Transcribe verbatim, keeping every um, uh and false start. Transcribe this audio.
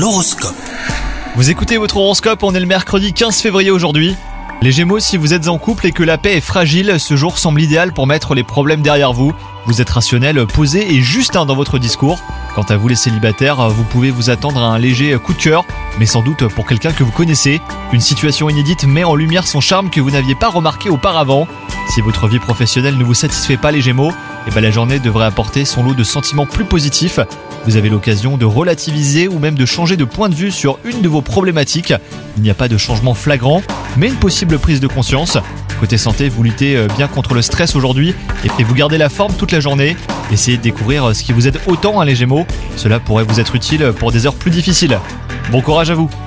L'horoscope. Vous écoutez votre horoscope, on est le mercredi quinze février aujourd'hui. Les Gémeaux, si vous êtes en couple et que la paix est fragile, ce jour semble idéal pour mettre les problèmes derrière vous. Vous êtes rationnel, posé et juste hein, dans votre discours. Quant à vous les célibataires, vous pouvez vous attendre à un léger coup de cœur, mais sans doute pour quelqu'un que vous connaissez. Une situation inédite met en lumière son charme que vous n'aviez pas remarqué auparavant. Si votre vie professionnelle ne vous satisfait pas les Gémeaux, eh ben la journée devrait apporter son lot de sentiments plus positifs. Vous avez l'occasion de relativiser ou même de changer de point de vue sur une de vos problématiques. Il n'y a pas de changement flagrant, mais une possible prise de conscience. Côté santé, vous luttez bien contre le stress aujourd'hui et vous gardez la forme toute la journée. Essayez de découvrir ce qui vous aide autant hein, les Gémeaux. Cela pourrait vous être utile pour des heures plus difficiles. Bon courage à vous!